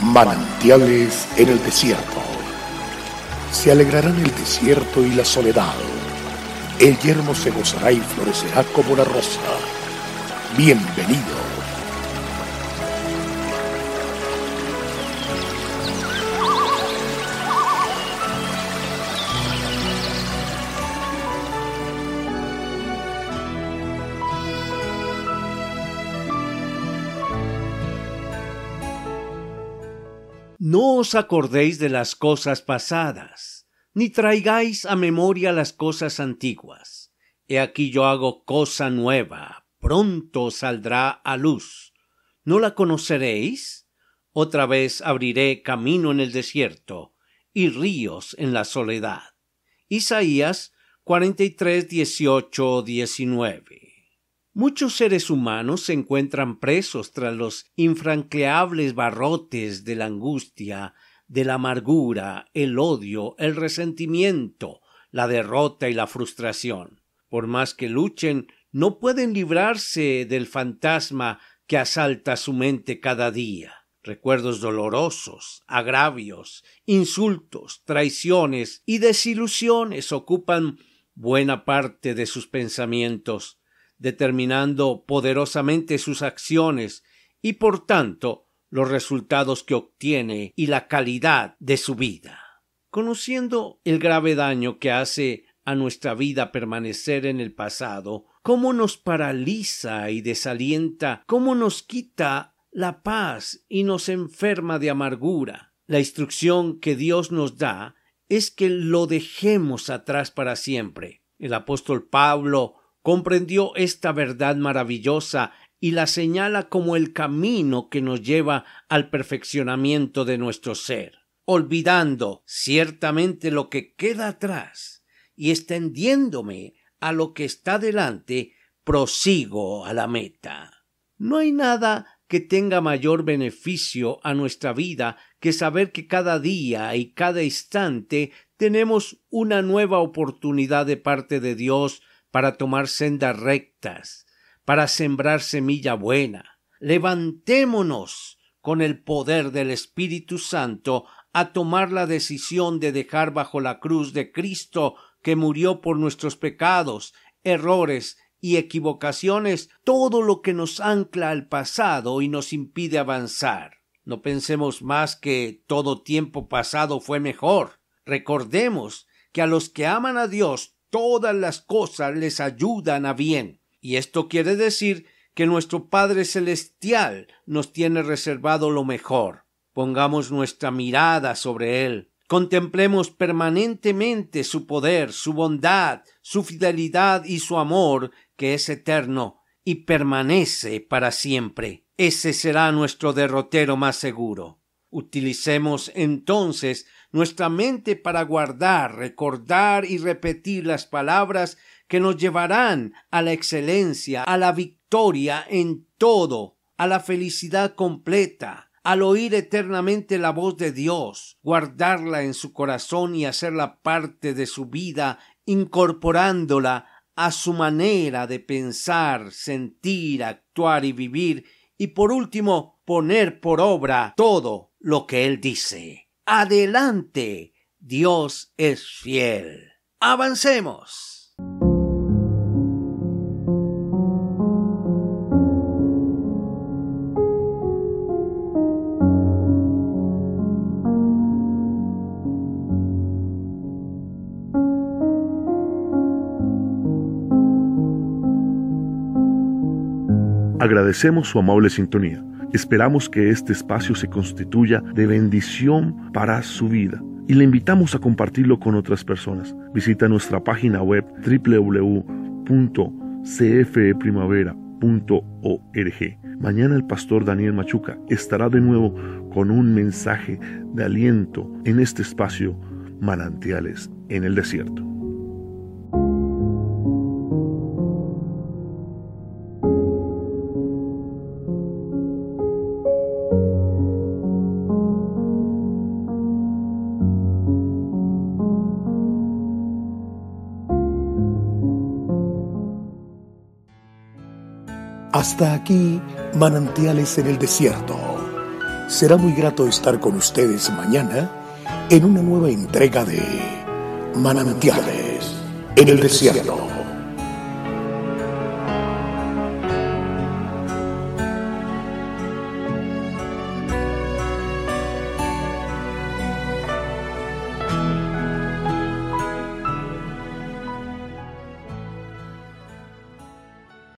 Manantiales en el desierto. Se alegrarán el desierto y la soledad. El yermo se gozará y florecerá como la rosa. Bienvenido. No os acordéis de las cosas pasadas, ni traigáis a memoria las cosas antiguas. He aquí yo hago cosa nueva, pronto saldrá a luz. ¿No la conoceréis? Otra vez abriré camino en el desierto y ríos en la soledad. Isaías 43, 18, 19. Muchos seres humanos se encuentran presos tras los infranqueables barrotes de la angustia, de la amargura, el odio, el resentimiento, la derrota y la frustración. Por más que luchen, no pueden librarse del fantasma que asalta su mente cada día. Recuerdos dolorosos, agravios, insultos, traiciones y desilusiones ocupan buena parte de sus pensamientos, determinando poderosamente sus acciones y, por tanto, los resultados que obtiene y la calidad de su vida. Conociendo el grave daño que hace a nuestra vida permanecer en el pasado, cómo nos paraliza y desalienta, cómo nos quita la paz y nos enferma de amargura, la instrucción que Dios nos da es que lo dejemos atrás para siempre. El apóstol Pablo comprendió esta verdad maravillosa y la señala como el camino que nos lleva al perfeccionamiento de nuestro ser, olvidando ciertamente lo que queda atrás y extendiéndome a lo que está delante, prosigo a la meta. No hay nada que tenga mayor beneficio a nuestra vida que saber que cada día y cada instante tenemos una nueva oportunidad de parte de Dios para tomar sendas rectas, para sembrar semilla buena. Levantémonos con el poder del Espíritu Santo a tomar la decisión de dejar bajo la cruz de Cristo, que murió por nuestros pecados, errores y equivocaciones, todo lo que nos ancla al pasado y nos impide avanzar. No pensemos más que todo tiempo pasado fue mejor. Recordemos que a los que aman a Dios todas las cosas les ayudan a bien. Y esto quiere decir que nuestro Padre Celestial nos tiene reservado lo mejor. Pongamos nuestra mirada sobre Él. Contemplemos permanentemente su poder, su bondad, su fidelidad y su amor, que es eterno y permanece para siempre. Ese será nuestro derrotero más seguro. Utilicemos entonces nuestra mente para guardar, recordar y repetir las palabras que nos llevarán a la excelencia, a la victoria en todo, a la felicidad completa, al oír eternamente la voz de Dios, guardarla en su corazón y hacerla parte de su vida, incorporándola a su manera de pensar, sentir, actuar y vivir, y por último, poner por obra todo lo que Él dice. ¡Adelante! Dios es fiel. ¡Avancemos! Agradecemos su amable sintonía. Esperamos que este espacio se constituya de bendición para su vida y le invitamos a compartirlo con otras personas. Visita nuestra página web www.cfeprimavera.org. Mañana el pastor Daniel Machuca estará de nuevo con un mensaje de aliento en este espacio Manantiales en el Desierto. Hasta aquí, Manantiales en el Desierto. Será muy grato estar con ustedes mañana en una nueva entrega de Manantiales en el Desierto.